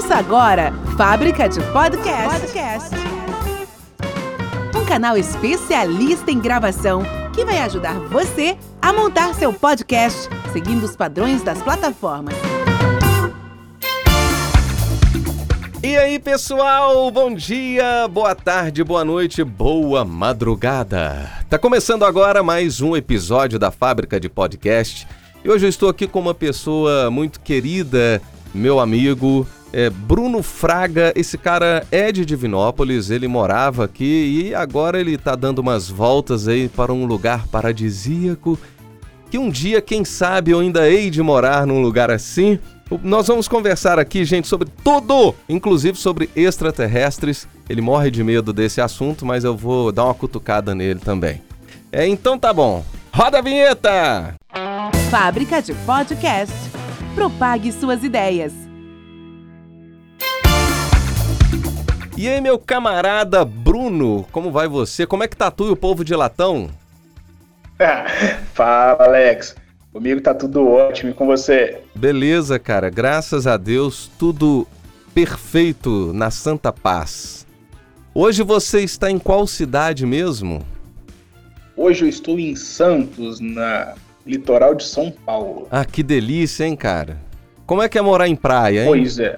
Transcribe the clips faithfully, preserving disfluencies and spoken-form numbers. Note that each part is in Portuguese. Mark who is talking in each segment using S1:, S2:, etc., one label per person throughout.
S1: Ouça agora Fábrica de Podcast. Podcast. Um canal especialista em gravação que vai ajudar você a montar seu podcast seguindo os padrões das plataformas.
S2: E aí, pessoal, bom dia, boa tarde, boa noite, boa madrugada. Tá começando agora mais um episódio da Fábrica de Podcast. E hoje eu estou aqui com uma pessoa muito querida, meu amigo, é Bruno Fraga. Esse cara é de Divinópolis, ele morava aqui e agora ele tá dando umas voltas aí para um lugar paradisíaco, que um dia, quem sabe, eu ainda hei de morar num lugar assim. Nós vamos conversar aqui, gente, sobre tudo, inclusive sobre extraterrestres. Ele morre de medo desse assunto, mas eu vou dar uma cutucada nele também. É, então tá bom, roda a vinheta!
S1: Fábrica de Podcast. Propague suas ideias.
S2: E aí, meu camarada Bruno, como vai você? Como é que tá tu e o povo de Latão?
S3: Fala, Alex. Comigo tá tudo ótimo, e com você?
S2: Beleza, cara. Graças a Deus, tudo perfeito na Santa Paz. Hoje você está em qual cidade mesmo?
S3: Hoje eu estou em Santos, na litoral de São Paulo.
S2: Ah, que delícia, hein, cara? Como é que é morar em praia, hein?
S3: Pois é.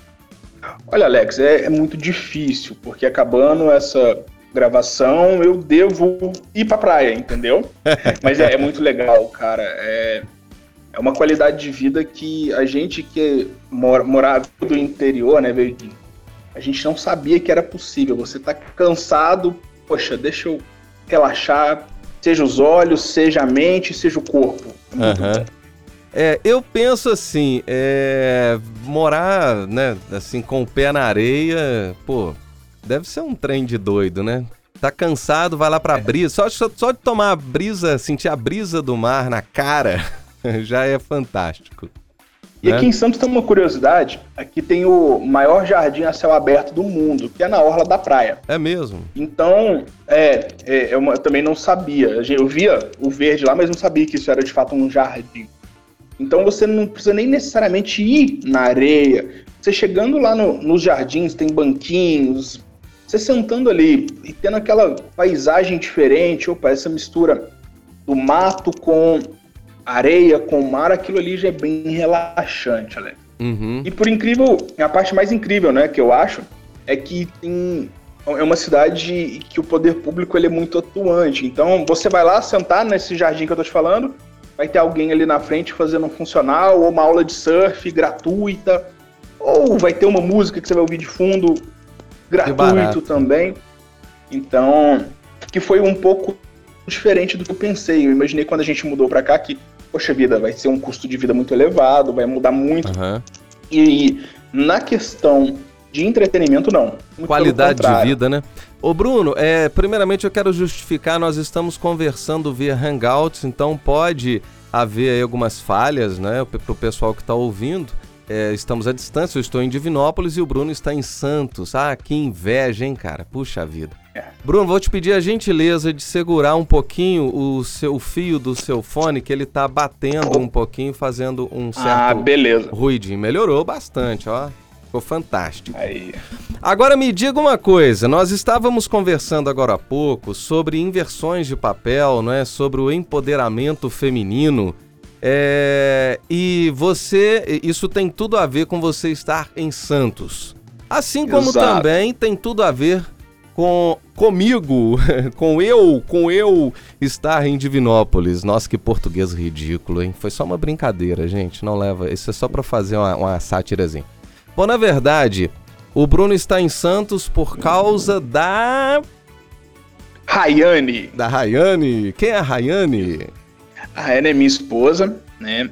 S3: Olha, Alex, é, é muito difícil, porque acabando essa gravação, eu devo ir pra praia, entendeu? Mas é, é muito legal, cara. É, é uma qualidade de vida que a gente que mora, morava do interior, né, veio de, a gente não sabia que era possível. Você tá cansado, poxa, deixa eu relaxar, seja os olhos, seja a mente, seja o corpo. É muito
S2: Uhum.
S3: bom.
S2: É, eu penso assim, é, morar, né, assim, com o pé na areia, pô, deve ser um trem de doido, né? Tá cansado, vai lá pra brisa. Só, só, só de tomar a brisa, sentir a brisa do mar na cara, já é fantástico.
S3: E
S2: né?
S3: aqui em Santos tem uma curiosidade, aqui tem o maior jardim a céu aberto do mundo, que é na orla da praia.
S2: É mesmo?
S3: Então, é, é eu, eu também não sabia. Eu via o verde lá, mas não sabia que isso era de fato um jardim. Então você não precisa nem necessariamente ir na areia. Você chegando lá no, nos jardins, tem banquinhos, você sentando ali e tendo aquela paisagem diferente, opa, essa mistura do mato com areia, com mar, aquilo ali já é bem relaxante, Alex.
S2: Uhum.
S3: E por incrível, a parte mais incrível, né, que eu acho, é que tem, é uma cidade que o poder público ele é muito atuante. Então você vai lá sentar nesse jardim que eu tô te falando, vai ter alguém ali na frente fazendo um funcional, ou uma aula de surf gratuita, ou vai ter uma música que você vai ouvir de fundo gratuito também. Então, que foi um pouco diferente do que eu pensei. Eu imaginei quando a gente mudou pra cá que, poxa vida, vai ser um custo de vida muito elevado, vai mudar muito.
S2: Uhum.
S3: E na questão de entretenimento, não. Muito
S2: Qualidade
S3: pelo
S2: de
S3: contrário.
S2: vida, né? Ô Bruno, é, primeiramente eu quero justificar, nós estamos conversando via Hangouts, então pode haver aí algumas falhas, né, pro pessoal que está ouvindo. É, estamos à distância, eu estou em Divinópolis e o Bruno está em Santos. Ah, que inveja, hein, cara? Puxa vida.
S3: É.
S2: Bruno, vou te pedir a gentileza de segurar um pouquinho o seu fio do seu fone, que ele tá batendo um pouquinho, fazendo um certo
S3: Ah, beleza.
S2: ruidinho. Melhorou bastante, ó. Ficou fantástico.
S3: Aí.
S2: Agora me diga uma coisa, nós estávamos conversando agora há pouco sobre inversões de papel, não é? Sobre o empoderamento feminino. É, e você, isso tem tudo a ver com você estar em Santos. Assim como
S3: Exato.
S2: também tem tudo a ver com comigo, com eu, com eu estar em Divinópolis. Nossa, que português ridículo, hein? Foi só uma brincadeira, gente, não leva, isso é só para fazer uma, uma sátirazinha. Bom, na verdade, o Bruno está em Santos por causa da...
S3: Rayane.
S2: Da Rayane. Quem é a Rayane?
S3: A Rayane é minha esposa, né?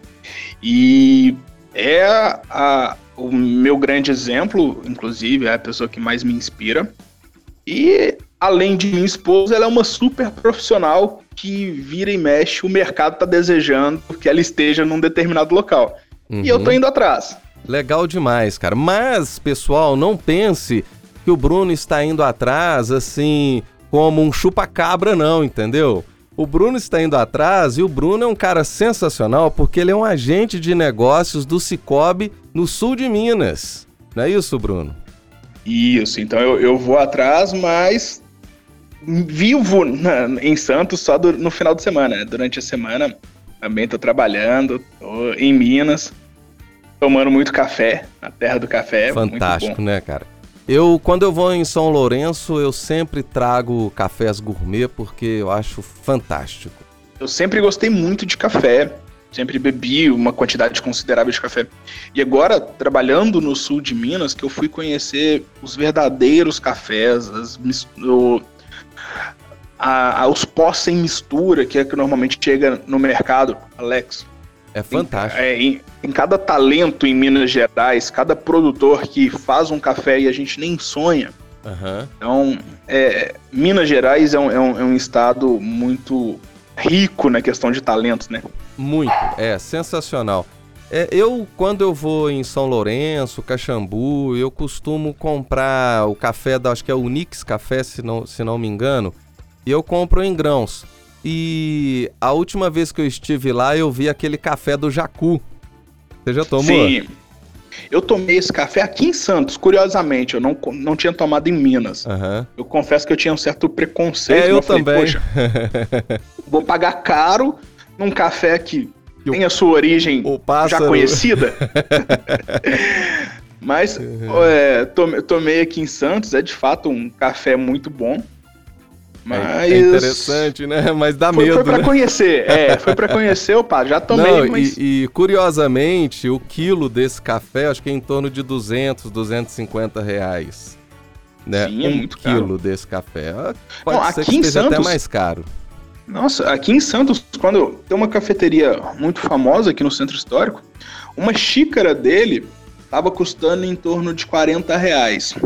S3: E é a, a, o meu grande exemplo, inclusive, é a pessoa que mais me inspira. E, além de minha esposa, ela é uma super profissional que vira e mexe, o mercado tá desejando que ela esteja num determinado local.
S2: Uhum.
S3: E eu tô indo atrás.
S2: Legal demais, cara. Mas, pessoal, não pense que o Bruno está indo atrás, assim, como um chupa-cabra, não, entendeu? O Bruno está indo atrás e o Bruno é um cara sensacional porque ele é um agente de negócios do Sicoob no sul de Minas. Não é isso, Bruno?
S3: Isso, então eu, eu vou atrás, mas vivo na, em Santos só do, no final de semana, né? Durante a semana também tô trabalhando, tô em Minas, tomando muito café, na terra do café.
S2: Fantástico,
S3: muito bom.
S2: Né, cara? Eu, quando eu vou em São Lourenço, eu sempre trago cafés gourmet, porque eu acho fantástico.
S3: Eu sempre gostei muito de café, sempre bebi uma quantidade considerável de café. E agora, trabalhando no sul de Minas, que eu fui conhecer os verdadeiros cafés, as, o, a, a, os pós sem mistura, que é que normalmente chega no mercado, Alex.
S2: É fantástico.
S3: Em, é, em, em cada talento em Minas Gerais, cada produtor que faz um café e a gente nem sonha.
S2: Uhum.
S3: Então, é, Minas Gerais é um, é, um, é um estado muito rico na questão de talentos, né?
S2: Muito, é sensacional. É, eu, quando eu vou em São Lourenço, Caxambu, eu costumo comprar o café da, acho que é o Unix Café, se não, se não me engano, e eu compro em grãos. E a última vez que eu estive lá, eu vi aquele café do Jacu. Você já tomou?
S3: Sim. Eu tomei esse café aqui em Santos, curiosamente. Eu não, não tinha tomado em Minas. Uhum. Eu confesso que eu tinha um certo preconceito.
S2: É, eu, eu falei, também.
S3: Poxa, vou pagar caro num café que e tem o, a sua origem já conhecida. Mas uhum. é, tomei, tomei aqui em Santos. É de fato um café muito bom. Mas...
S2: É interessante, né? Mas dá
S3: foi,
S2: medo,
S3: Foi pra
S2: né?
S3: conhecer, é. Foi pra conhecer, opa, já tomei,
S2: Não,
S3: mas...
S2: E, e, curiosamente, o quilo desse café, acho que é em torno de duzentos, duzentos e cinquenta reais. Né?
S3: Sim, é
S2: um
S3: muito
S2: quilo
S3: caro.
S2: Desse café. Pode
S3: Não,
S2: ser
S3: aqui
S2: que
S3: em
S2: esteja
S3: Santos,
S2: até mais caro.
S3: Nossa, aqui em Santos, quando tem uma cafeteria muito famosa aqui no Centro Histórico, uma xícara dele tava custando em torno de quarenta reais.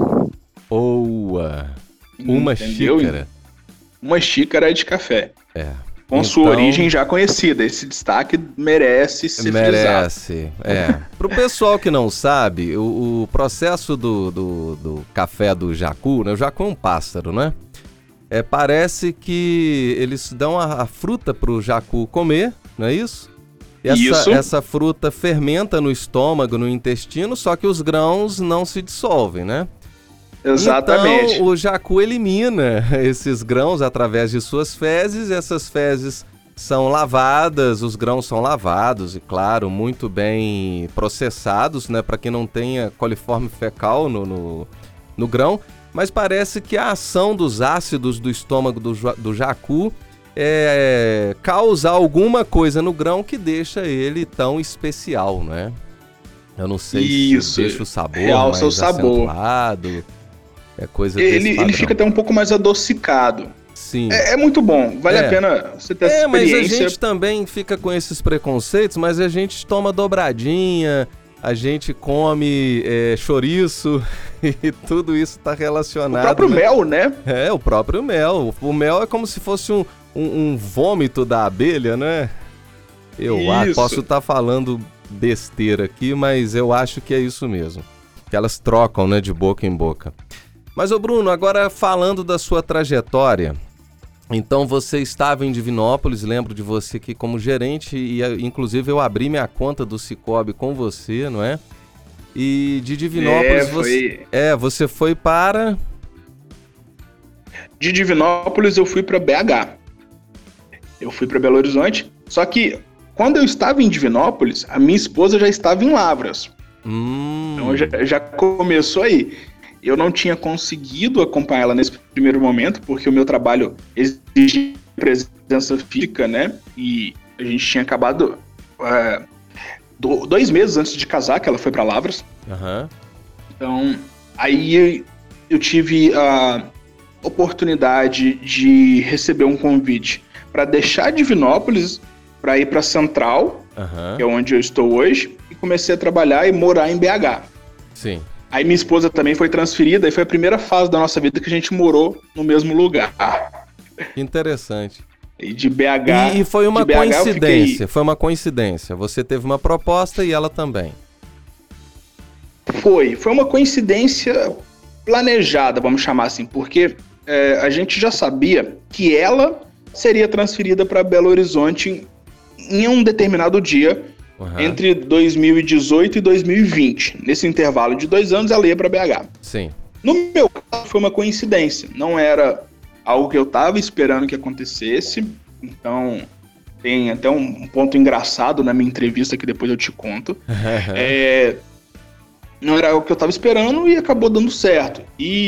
S2: Boa! Uma Entendeu? xícara?
S3: Uma xícara de café.
S2: É.
S3: Com então, sua origem já conhecida. Esse destaque merece ser
S2: Merece,
S3: frisado.
S2: é. Pro pessoal que não sabe, o, o processo do, do, do café do jacu, né? O jacu é um pássaro, né? É, parece que eles dão a, a fruta pro jacu comer, não é isso? E essa,
S3: isso.
S2: Essa fruta fermenta no estômago, no intestino, só que os grãos não se dissolvem, né?
S3: Exatamente.
S2: Então, o jacu elimina esses grãos através de suas fezes, essas fezes são lavadas, os grãos são lavados e, claro, muito bem processados, né, para que não tenha coliforme fecal no, no, no grão, mas parece que a ação dos ácidos do estômago do, do jacu é, causa alguma coisa no grão que deixa ele tão especial, né? Eu não sei
S3: Isso,
S2: se deixa o sabor
S3: realça
S2: mais
S3: o sabor.
S2: acentuado. É coisa
S3: ele, ele fica até um pouco mais adocicado.
S2: Sim.
S3: É, é muito bom, vale
S2: é.
S3: a pena você ter
S2: é,
S3: essa experiência.
S2: Mas a gente também fica com esses preconceitos, mas a gente toma dobradinha, a gente come é, chouriço e tudo isso está relacionado.
S3: O próprio
S2: né?
S3: mel, né?
S2: É, o próprio mel. O mel é como se fosse um, um, um vômito da abelha, né? Eu ah, posso estar tá falando besteira aqui, mas eu acho que é isso mesmo. Que elas trocam, né, de boca em boca. Mas, ô Bruno, agora falando da sua trajetória, então você estava em Divinópolis, lembro de você aqui como gerente, e inclusive eu abri minha conta do Cicobi com você, não é? E de Divinópolis,
S3: é, foi...
S2: você, é, você foi para...
S3: De Divinópolis eu fui para B H. Eu fui para Belo Horizonte, só que quando eu estava em Divinópolis, a minha esposa já estava em Lavras.
S2: Hum.
S3: Então já, já começou aí. Eu não tinha conseguido acompanhar ela nesse primeiro momento, porque o meu trabalho exigia presença física, né? E a gente tinha acabado é, do, dois meses antes de casar, que ela foi para Lavras.
S2: Uhum.
S3: Então, aí eu tive a oportunidade de receber um convite para deixar Divinópolis para ir para Central,
S2: uhum.
S3: que é onde eu estou hoje, e comecei a trabalhar e morar em B H.
S2: Sim.
S3: Aí minha esposa também foi transferida e foi a primeira fase da nossa vida que a gente morou no mesmo lugar.
S2: Interessante.
S3: E de B H...
S2: E, e foi uma
S3: B H
S2: coincidência,
S3: fiquei...
S2: foi uma coincidência. Você teve uma proposta e ela também.
S3: Foi, foi uma coincidência planejada, vamos chamar assim, porque é, a gente já sabia que ela seria transferida para Belo Horizonte em, em um determinado dia uhum. entre dois mil e dezoito e dois mil e vinte. Nesse intervalo de dois anos, ela ia para B H.
S2: Sim.
S3: No meu caso, foi uma coincidência. Não era algo que eu estava esperando que acontecesse. Então, tem até um ponto engraçado na minha entrevista que depois eu te conto. é, não era algo que eu estava esperando e acabou dando certo.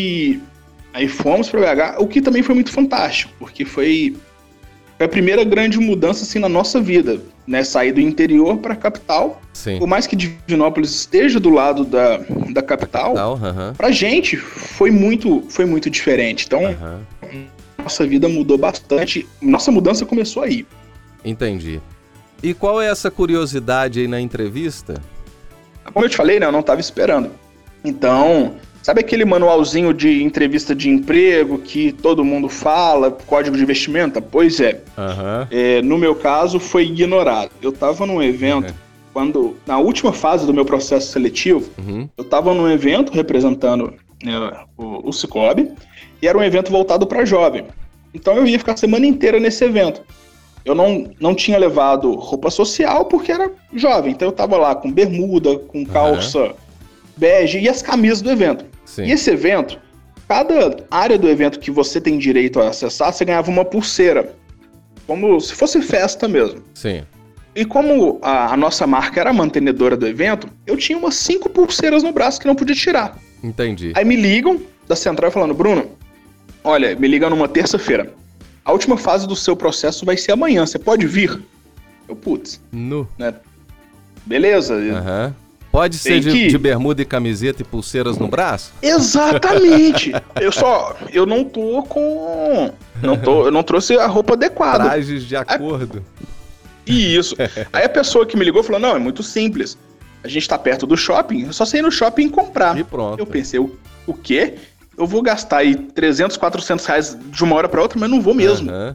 S3: E aí fomos para B H, o que também foi muito fantástico, porque foi, foi a primeira grande mudança assim, na nossa vida, né? Sair do interior para a capital.
S2: Sim. Por
S3: mais que Divinópolis esteja do lado da, da capital,
S2: uhum.
S3: para a gente foi muito, foi muito diferente. Então, uhum. nossa vida mudou bastante. Nossa mudança começou aí.
S2: Entendi. E qual é essa curiosidade aí na entrevista?
S3: Como eu te falei, né, eu não estava esperando. Então, sabe aquele manualzinho de entrevista de emprego que todo mundo fala, código de vestimenta? Pois é.
S2: Uhum.
S3: é no meu caso, foi ignorado. Eu estava num evento, uhum. quando na última fase do meu processo seletivo, uhum. eu estava num evento representando né, o, o Cicobi, e era um evento voltado para jovem. Então eu ia ficar a semana inteira nesse evento. Eu não, não tinha levado roupa social porque era jovem, então eu tava lá com bermuda, com calça uhum. bege e as camisas do evento. Sim. E esse evento, cada área do evento que você tem direito a acessar, você ganhava uma pulseira, como se fosse festa mesmo.
S2: Sim.
S3: E como a, a nossa marca era a mantenedora do evento, eu tinha umas cinco pulseiras no braço que não podia tirar.
S2: Entendi.
S3: Aí me ligam da central falando, Bruno, olha, me liga numa terça-feira. A última fase do seu processo vai ser amanhã, você pode vir? Eu, putz.
S2: No.
S3: Né? Beleza.
S2: Uhum. Pode ser de, que... de bermuda e camiseta e pulseiras no braço?
S3: Exatamente. eu só, eu não tô com, não tô, eu não trouxe a roupa adequada.
S2: Trajes de acordo.
S3: Aí, isso. Aí a pessoa que me ligou falou, não, é muito simples. A gente tá perto do shopping, é só sair no shopping e comprar.
S2: E pronto.
S3: Eu pensei, o, o quê? Eu vou gastar aí trezentos, quatrocentos reais de uma hora para outra, mas não vou mesmo. Uhum.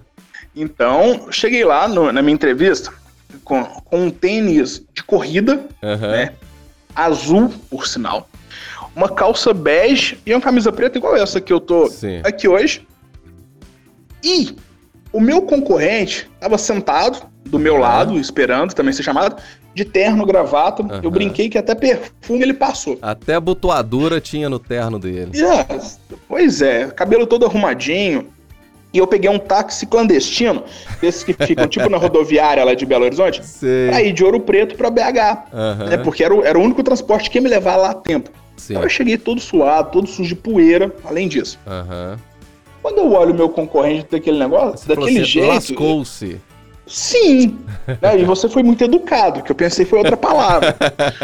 S3: Então, cheguei lá no, na minha entrevista com, com um tênis de corrida, uhum. né, azul, por sinal, uma calça bege e uma camisa preta igual essa que eu tô Sim. aqui hoje. E o meu concorrente estava sentado do meu uhum. lado, esperando também ser chamado, de terno, gravata. Uhum. Eu brinquei que até perfume ele passou.
S2: Até abotoadura tinha no terno dele.
S3: Yeah, pois é, cabelo todo arrumadinho. E eu peguei um táxi clandestino, desses que ficam tipo na rodoviária lá de Belo Horizonte,
S2: Sei.
S3: pra ir de Ouro Preto pra B H. Uhum. Né, porque era o, era o único transporte que ia me levar lá a tempo. Sim. Então eu cheguei todo suado, todo sujo de poeira, além disso.
S2: Uhum.
S3: Quando eu olho o meu concorrente daquele negócio,
S2: você
S3: daquele
S2: falou,
S3: jeito...
S2: lascou-se.
S3: Sim, né? E você foi muito educado, que eu pensei foi outra palavra.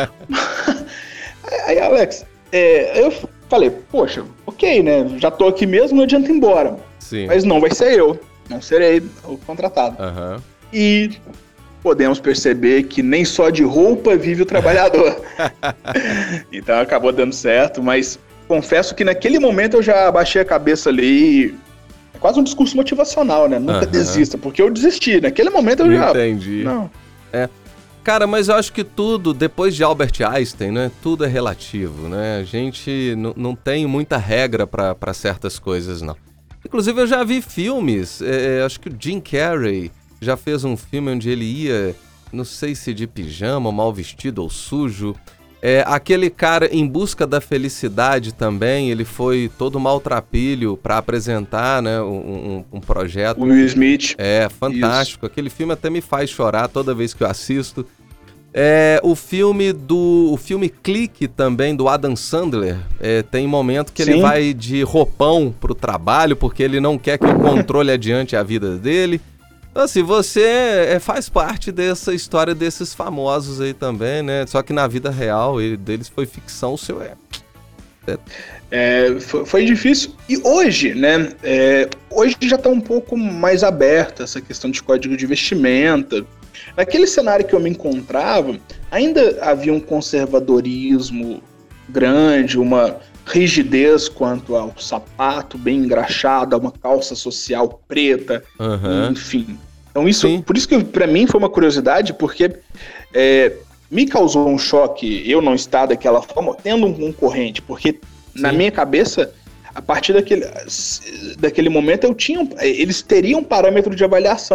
S3: Aí, Alex, é, eu falei, poxa, ok, né? Já tô aqui mesmo, não adianta ir embora.
S2: Sim.
S3: Mas não vai ser eu, não serei o contratado.
S2: Uhum.
S3: E podemos perceber que nem só de roupa vive o trabalhador. Então acabou dando certo, mas confesso que naquele momento eu já abaixei a cabeça ali. É quase um discurso motivacional, né? Nunca uhum. desista, porque eu desisti. Naquele momento eu já...
S2: Entendi.
S3: Não.
S2: É. Cara, mas eu acho que tudo, depois de Albert Einstein, né? Tudo é relativo, né? A gente n- não tem muita regra para certas coisas, não. Inclusive, eu já vi filmes, é, acho que o Jim Carrey já fez um filme onde ele ia, não sei se de pijama, mal vestido ou sujo. É, aquele cara Em Busca da Felicidade também, ele foi todo maltrapilho para apresentar, né, um, um, um projeto.
S3: O Will Smith.
S2: É, fantástico. Isso. Aquele filme até me faz chorar toda vez que eu assisto. É, o filme do o filme Clique também, do Adam Sandler, é, tem momento que Sim. ele vai de roupão pro trabalho, porque ele não quer que o controle adiante a vida dele. Então, assim, você é, faz parte dessa história desses famosos aí também, né? Só que na vida real, ele, deles foi ficção, o seu é...
S3: é... é foi, foi difícil. E hoje, né? É, hoje já tá um pouco mais aberta essa questão de código de vestimenta. Naquele cenário que eu me encontrava, ainda havia um conservadorismo grande, uma rigidez quanto ao sapato bem engraxado, a uma calça social preta, uhum. enfim. Então isso, Sim. por isso que para mim foi uma curiosidade, porque é, me causou um choque eu não estar daquela forma, tendo um concorrente, porque Sim. na minha cabeça, a partir daquele, daquele momento eu tinha, eles teriam um parâmetro de avaliação.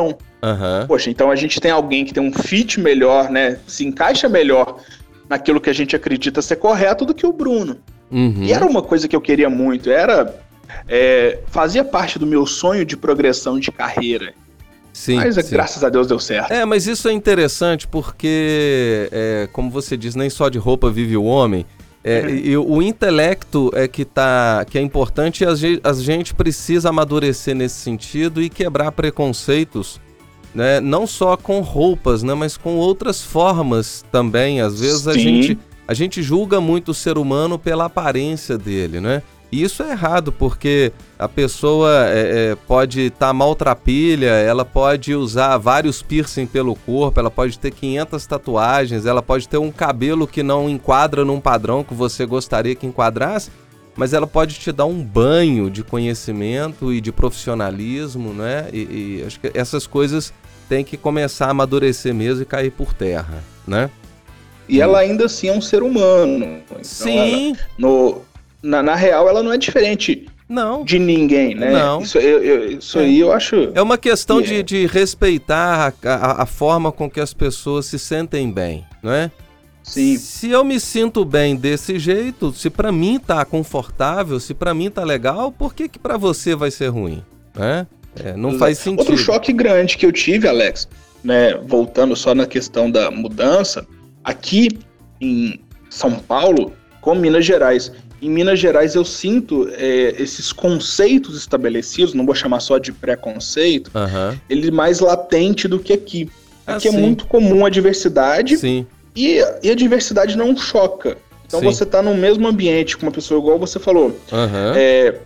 S2: Uhum.
S3: Poxa, então a gente tem alguém que tem um fit melhor, né? Se encaixa melhor naquilo que a gente acredita ser correto do que o Bruno.
S2: Uhum.
S3: E era uma coisa que eu queria muito, era é, fazia parte do meu sonho de progressão de carreira.
S2: Sim,
S3: mas
S2: sim.
S3: graças a Deus deu certo.
S2: É, mas isso é interessante porque, é, como você diz, nem só de roupa vive o homem. É, uhum. E o intelecto é que, tá, que é importante, e a gente, a gente precisa amadurecer nesse sentido e quebrar preconceitos, né? Não só com roupas, né? Mas com outras formas também. Às vezes a gente, a gente julga muito o ser humano pela aparência dele, né? E isso é errado, porque a pessoa é, é, pode estar tá maltrapilha, ela pode usar vários piercing pelo corpo, ela pode ter quinhentas tatuagens, ela pode ter um cabelo que não enquadra num padrão que você gostaria que enquadrasse, mas ela pode te dar um banho de conhecimento e de profissionalismo, né? E, e acho que essas coisas têm que começar a amadurecer mesmo e cair por terra, né?
S3: E ela ainda assim é um ser humano. Então
S2: Sim.
S3: Ela, no... Na, na real, ela não é diferente
S2: não.
S3: de ninguém, né?
S2: Não.
S3: Isso, eu, eu, isso é. aí eu acho...
S2: É uma questão
S3: que...
S2: de, de respeitar a, a, a forma com que as pessoas se sentem bem, não é?
S3: Sim.
S2: Se eu me sinto bem desse jeito, se pra mim tá confortável, se pra mim tá legal, por que que pra você vai ser ruim, né? É, não Exato. Faz sentido.
S3: Outro choque grande que eu tive, Alex, né, voltando só na questão da mudança, aqui em São Paulo, com Minas Gerais... Em Minas Gerais eu sinto é, esses conceitos estabelecidos, não vou chamar só de preconceito,
S2: uhum.
S3: ele mais latente do que aqui.
S2: Ah,
S3: aqui
S2: sim.
S3: é muito comum a diversidade
S2: sim.
S3: E, e a diversidade não choca. Então sim. Você está no mesmo ambiente com uma pessoa igual você falou.
S2: Uhum.
S3: É,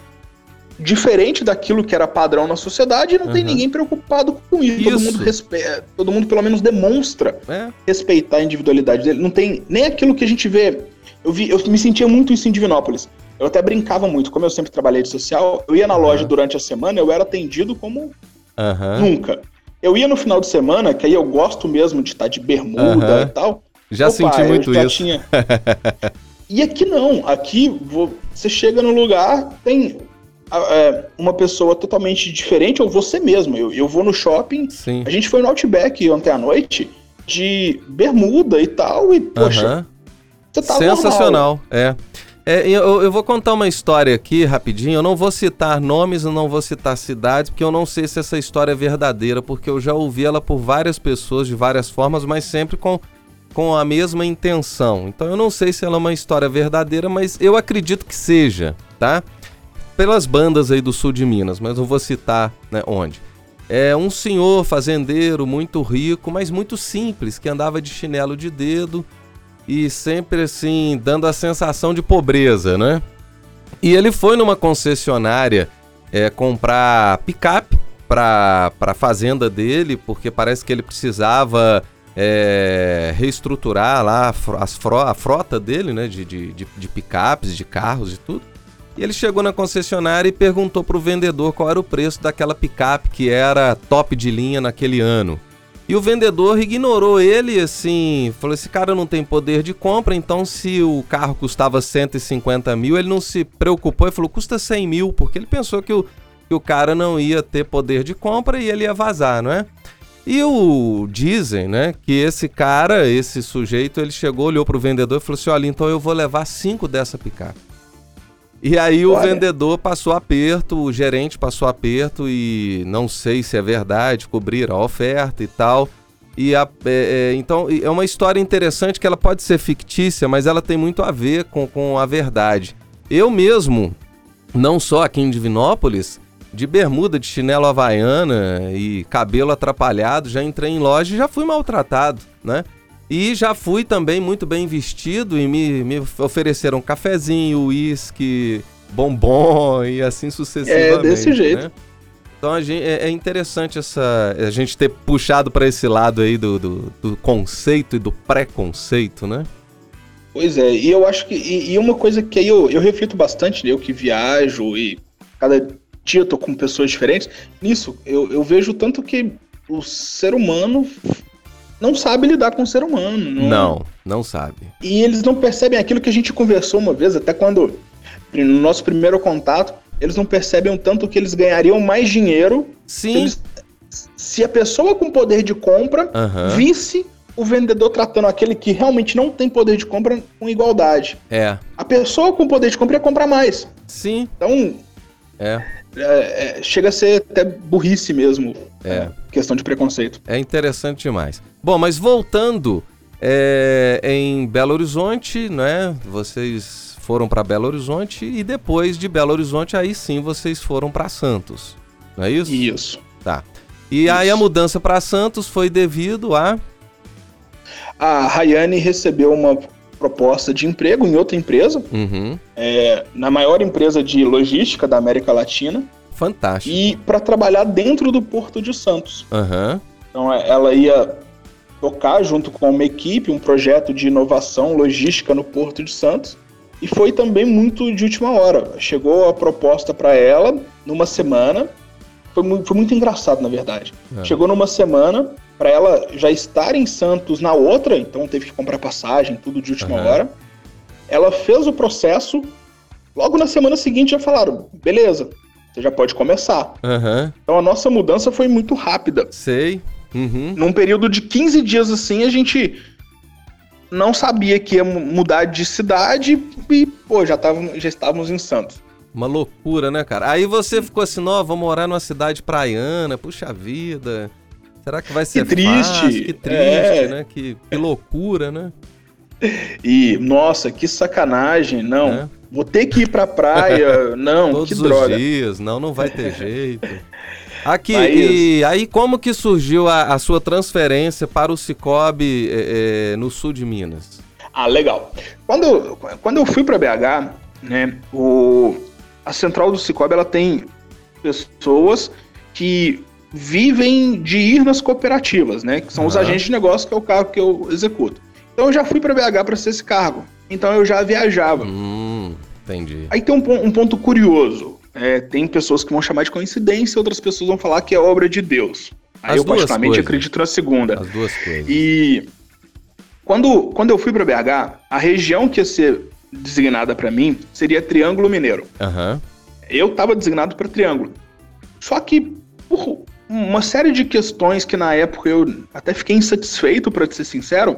S3: diferente daquilo que era padrão na sociedade, não uhum. tem ninguém preocupado com isso. isso. Todo mundo respeita, todo mundo pelo menos demonstra é. respeitar a individualidade dele. Não tem nem aquilo que a gente vê. Eu, vi, eu me sentia muito isso em Divinópolis. Eu até brincava muito. Como eu sempre trabalhei de social, eu ia na loja uhum. durante a semana, eu era atendido como
S2: uhum.
S3: nunca. Eu ia no final de semana, que aí eu gosto mesmo de estar de bermuda
S2: uhum.
S3: e tal.
S2: Já Opa, senti muito
S3: já
S2: isso.
S3: Tinha... E aqui não. Aqui vou... você chega no lugar, tem é, uma pessoa totalmente diferente, ou você mesmo. Eu, eu vou no shopping,
S2: Sim.
S3: a gente foi no Outback ontem à noite, de bermuda e tal, e poxa...
S2: Uhum. Sensacional, é. é eu, eu vou contar uma história aqui rapidinho. Eu não vou citar nomes, eu não vou citar cidades, porque eu não sei se essa história é verdadeira, porque eu já ouvi ela por várias pessoas de várias formas, mas sempre com, com a mesma intenção. Então eu não sei se ela é uma história verdadeira, mas eu acredito que seja, tá? Pelas bandas aí do sul de Minas, mas não vou citar, né, onde. É um senhor fazendeiro muito rico, mas muito simples, que andava de chinelo de dedo e sempre assim, dando a sensação de pobreza, né? E ele foi numa concessionária é, comprar picape para a fazenda dele, porque parece que ele precisava é, reestruturar lá as fro a frota dele, né? De, de, de, de picapes, de carros e tudo. E ele chegou na concessionária e perguntou para o vendedor qual era o preço daquela picape que era top de linha naquele ano. E o vendedor ignorou ele, assim, falou: esse cara não tem poder de compra, então se o carro custava cento e cinquenta mil, ele não se preocupou e falou: custa cem mil, porque ele pensou que o, que o cara não ia ter poder de compra e ele ia vazar, não é? E o dizem, né, que esse cara, esse sujeito, ele chegou, olhou pro vendedor e falou assim: olha, então eu vou levar cinco dessa picape. E aí o Olha. vendedor passou aperto, o gerente passou aperto e não sei se é verdade, cobriram a oferta e tal. E a, é, é, então é uma história interessante que ela pode ser fictícia, mas ela tem muito a ver com, com a verdade. Eu mesmo, não só aqui em Divinópolis, de bermuda, de chinelo havaiana e cabelo atrapalhado, já entrei em loja e já fui maltratado, né? E já fui também muito bem vestido e me, me ofereceram cafezinho, uísque, bombom e assim sucessivamente.
S3: É desse jeito.
S2: Né? Então a gente, é, é interessante essa, a gente ter puxado para esse lado aí do, do, do conceito e do preconceito, né?
S3: Pois é, e eu acho que... E, e uma coisa que aí eu, eu reflito bastante, eu que viajo e cada dia eu tô com pessoas diferentes, nisso eu, eu vejo tanto que o ser humano... não sabe lidar com o ser humano. Não,
S2: não, não sabe.
S3: E eles não percebem aquilo que a gente conversou uma vez, até quando, no nosso primeiro contato, eles não percebem o tanto que eles ganhariam mais dinheiro
S2: Sim.
S3: se eles se a pessoa com poder de compra
S2: Aham.
S3: visse o vendedor tratando aquele que realmente não tem poder de compra com igualdade.
S2: É.
S3: A pessoa com poder de compra ia comprar mais.
S2: Sim.
S3: Então,
S2: É.
S3: é, é, chega a ser até burrice mesmo.
S2: É.
S3: Questão de preconceito.
S2: É interessante demais. Bom, mas voltando, é, em Belo Horizonte, né? Vocês foram para Belo Horizonte e depois de Belo Horizonte, aí sim vocês foram para Santos. Não é isso?
S3: Isso.
S2: Tá. E aí a mudança para Santos foi devido a...
S3: A Rayane recebeu uma proposta de emprego em outra empresa,
S2: Uhum.
S3: é, na maior empresa de logística da América Latina,
S2: Fantástico.
S3: e para trabalhar dentro do Porto de Santos.
S2: Aham.
S3: Então é, ela ia tocar junto com uma equipe, um projeto de inovação logística no Porto de Santos, e foi também muito de última hora. Chegou a proposta para ela numa semana, foi muito, foi muito engraçado na verdade.
S2: É.
S3: Chegou numa semana para ela já estar em Santos na outra, então teve que comprar passagem, tudo de última
S2: Uhum.
S3: hora. Ela fez o processo, logo na semana seguinte já falaram, beleza, você já pode começar.
S2: Aham.
S3: Então a nossa mudança foi muito rápida.
S2: Sei. Uhum.
S3: Num período de quinze dias assim, a gente não sabia que ia mu- mudar de cidade e, pô, já, tava, já estávamos em Santos.
S2: Uma loucura, né, cara? Aí você ficou assim, não, vou morar numa cidade praiana, puxa vida. Será que vai ser
S3: triste.
S2: fácil? Que triste,
S3: É.
S2: né? Que, que loucura, né?
S3: E, nossa, que sacanagem, não.
S2: É.
S3: Vou ter que ir pra praia, não,
S2: Todos
S3: que
S2: os
S3: droga.
S2: dias, não, não vai ter jeito. Aqui,
S3: Mas-
S2: e aí como que surgiu a, a sua transferência para o Cicobi é, é, no sul de Minas?
S3: Ah, legal. Quando, eu- quando eu fui pra B H, né, o, a central do Cicobi, ela tem pessoas que vivem de ir nas cooperativas, né, que são os
S2: Aham.
S3: agentes de negócio, que é o cargo que eu executo. Então eu já fui pra B H para ser esse cargo. Então eu já viajava.
S2: Hum, entendi.
S3: Aí tem um, pon- um ponto curioso. É, tem pessoas que vão chamar de coincidência, outras pessoas vão falar que é obra de Deus. Aí
S2: As
S3: eu
S2: duas
S3: particularmente
S2: coisas.
S3: acredito na segunda.
S2: As duas coisas.
S3: E quando, quando eu fui para B H, a região que ia ser designada para mim seria Triângulo Mineiro.
S2: Aham.
S3: Eu estava designado para Triângulo. Só que por uma série de questões que na época eu até fiquei insatisfeito, para ser sincero,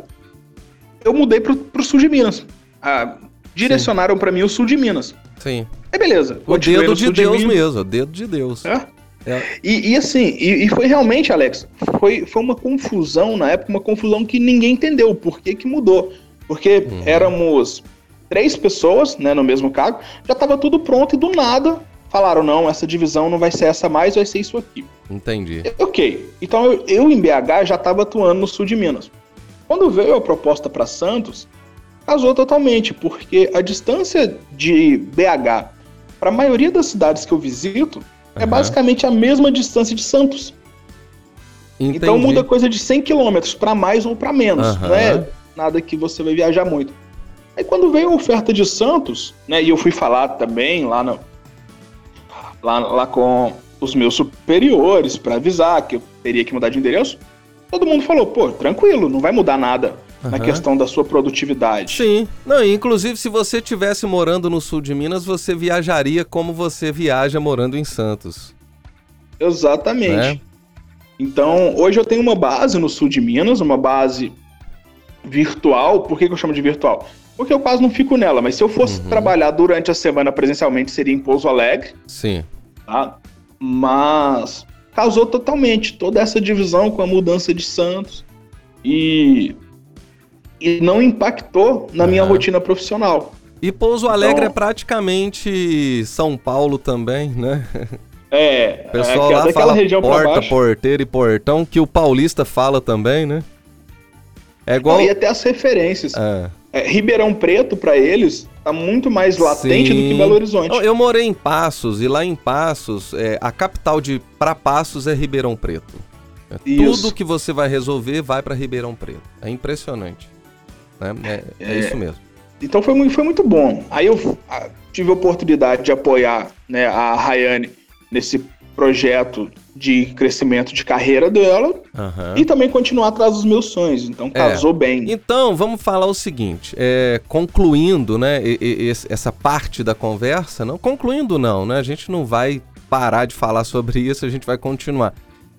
S3: eu mudei para o sul de Minas. Ah, direcionaram para mim o sul de Minas.
S2: Sim.
S3: Aí beleza.
S2: O
S3: continuei
S2: dedo
S3: no
S2: de
S3: sul
S2: Deus
S3: Minas.
S2: mesmo, o dedo de Deus.
S3: É.
S2: É.
S3: E, e assim, e, e foi realmente, Alex, foi, foi uma confusão na época, uma confusão que ninguém entendeu por que que mudou. Porque
S2: Uhum.
S3: éramos três pessoas, né, no mesmo cargo, já estava tudo pronto e do nada falaram, não, essa divisão não vai ser essa mais, vai ser isso aqui.
S2: Entendi.
S3: Ok, então eu, eu em B H já estava atuando no sul de Minas. Quando veio a proposta para Santos, casou totalmente, porque a distância de B H para a maioria das cidades que eu visito é
S2: Aham.
S3: basicamente a mesma distância de Santos.
S2: Entendi.
S3: Então muda coisa de cem quilômetros para mais ou para menos.
S2: Aham.
S3: Não é nada que você vai viajar muito. Aí quando veio a oferta de Santos, né, e eu fui falar também lá, no, lá, lá com os meus superiores para avisar que eu teria que mudar de endereço, todo mundo falou, pô, tranquilo, não vai mudar nada na
S2: Aham.
S3: questão da sua produtividade.
S2: Sim. Não, e inclusive se você estivesse morando no sul de Minas, você viajaria como você viaja morando em Santos.
S3: Exatamente.
S2: Né?
S3: Então, hoje eu tenho uma base no sul de Minas, uma base virtual. Por que que eu chamo de virtual? Porque eu quase não fico nela, mas se eu fosse
S2: Uhum.
S3: trabalhar durante a semana presencialmente, seria em Pouso Alegre,
S2: Sim.
S3: tá? Mas causou totalmente toda essa divisão com a mudança de Santos e, e não impactou na minha
S2: Aham.
S3: rotina profissional.
S2: E Pouso Alegre
S3: Então-
S2: é praticamente São Paulo também, né?
S3: É,
S2: O pessoal
S3: é,
S2: lá
S3: daquela
S2: fala
S3: região pra
S2: porta,
S3: baixo.
S2: porteiro e portão, que o paulista fala também, né? É igual...
S3: E até as referências.
S2: É.
S3: É, Ribeirão Preto, pra eles, tá muito mais latente
S2: Sim.
S3: do que Belo Horizonte.
S2: Eu, eu morei em Passos, e lá em Passos, é, a capital de pra Passos é Ribeirão Preto. É,
S3: Isso.
S2: tudo que você vai resolver vai pra Ribeirão Preto. É impressionante. Né? É, é
S3: É.
S2: isso mesmo.
S3: Então foi muito, foi muito bom. Aí eu ah, tive a oportunidade de apoiar, né, a Rayane nesse projeto de crescimento de carreira dela
S2: Aham.
S3: e também continuar atrás dos meus sonhos. Então casou bem.
S2: Então, vamos falar o seguinte, é, concluindo, né, e- e- esse- essa parte da conversa, não, concluindo não, né, a gente não vai parar de falar sobre isso, a gente vai continuar.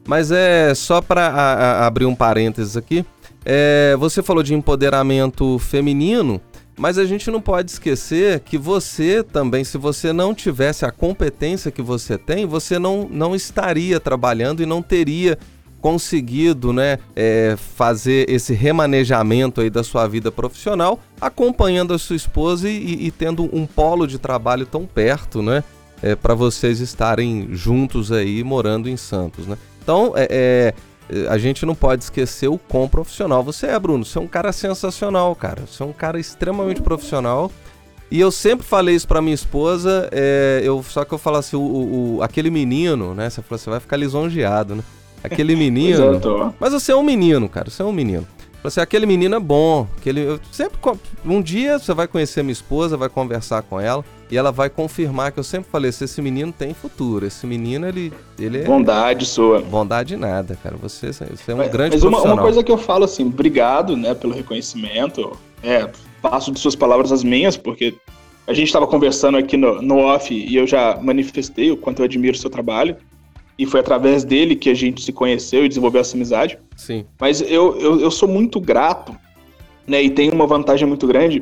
S2: Mas é só para abrir um parênteses aqui. É, você falou de empoderamento feminino, mas a gente não pode esquecer que você também, se você não tivesse a competência que você tem, você não, não estaria trabalhando e não teria conseguido, né, é, fazer esse remanejamento aí da sua vida profissional, acompanhando a sua esposa e, e tendo um polo de trabalho tão perto, né, é, para vocês estarem juntos aí morando em Santos, né? Então, é, é, a gente não pode esquecer o quão profissional você é, Bruno. Você é um cara sensacional, cara. Você é um cara extremamente profissional. E eu sempre falei isso pra minha esposa, é, eu, só que eu falo assim, o, o, aquele menino, né? Você falou, você vai ficar lisonjeado, né? Aquele menino... Mas você é um menino, cara. Você é um menino. Assim, aquele menino é bom. Aquele, eu sempre, um dia você vai conhecer minha esposa, vai conversar com ela e ela vai confirmar que eu sempre falei, se esse menino tem futuro. Esse menino, ele, ele é...
S3: Bondade sua.
S2: Bondade nada, cara. Você, você é um
S3: mas,
S2: grande
S3: mas
S2: profissional.
S3: Mas uma, uma coisa que eu falo assim, obrigado, né, pelo reconhecimento. É, passo de suas palavras as minhas, porque a gente estava conversando aqui no, no off e eu já manifestei o quanto eu admiro o seu trabalho. E foi através dele que a gente se conheceu e desenvolveu essa amizade.
S2: Sim.
S3: Mas eu, eu, eu sou muito grato, né? E tenho uma vantagem muito grande,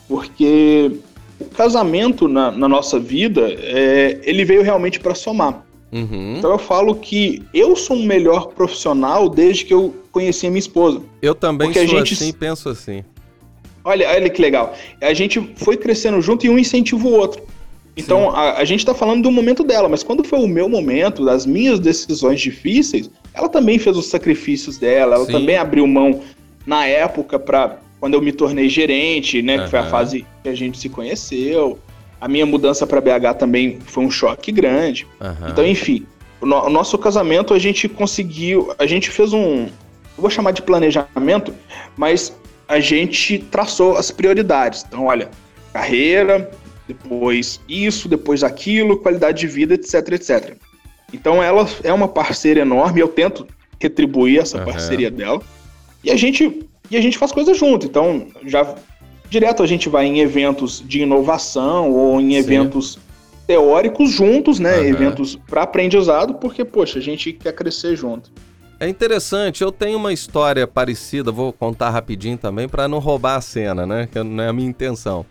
S3: porque o casamento na, na nossa vida, é, ele veio realmente para somar.
S2: Uhum.
S3: Então eu falo que eu sou um melhor profissional desde que eu conheci a minha esposa.
S2: Eu também
S3: porque
S2: sou
S3: a gente...
S2: assim, penso assim.
S3: Olha, olha que legal. A gente foi crescendo junto e um incentiva o outro. Então, a, a gente tá falando do momento dela, mas quando foi o meu momento, das minhas decisões difíceis, ela também fez os sacrifícios dela, ela Sim. também abriu mão na época para quando eu me tornei gerente, né, uhum. que foi a fase que a gente se conheceu. A minha mudança para B H também foi um choque grande. Uhum. Então, enfim, o, no, o nosso casamento a gente conseguiu, a gente fez um, eu vou chamar de planejamento, mas a gente traçou as prioridades. Então, olha, carreira, depois isso, depois aquilo, qualidade de vida, etc, etcétera. Então ela é uma parceira enorme, eu tento retribuir essa uhum. parceria dela, e a gente e a gente faz coisa junto. Então, já direto a gente vai em eventos de inovação ou em Sim. eventos teóricos juntos, né? Uhum. Eventos para aprendizado, porque, poxa, a gente quer crescer junto.
S2: É interessante, eu tenho uma história parecida, vou contar rapidinho também, para não roubar a cena, né? Que não é a minha intenção.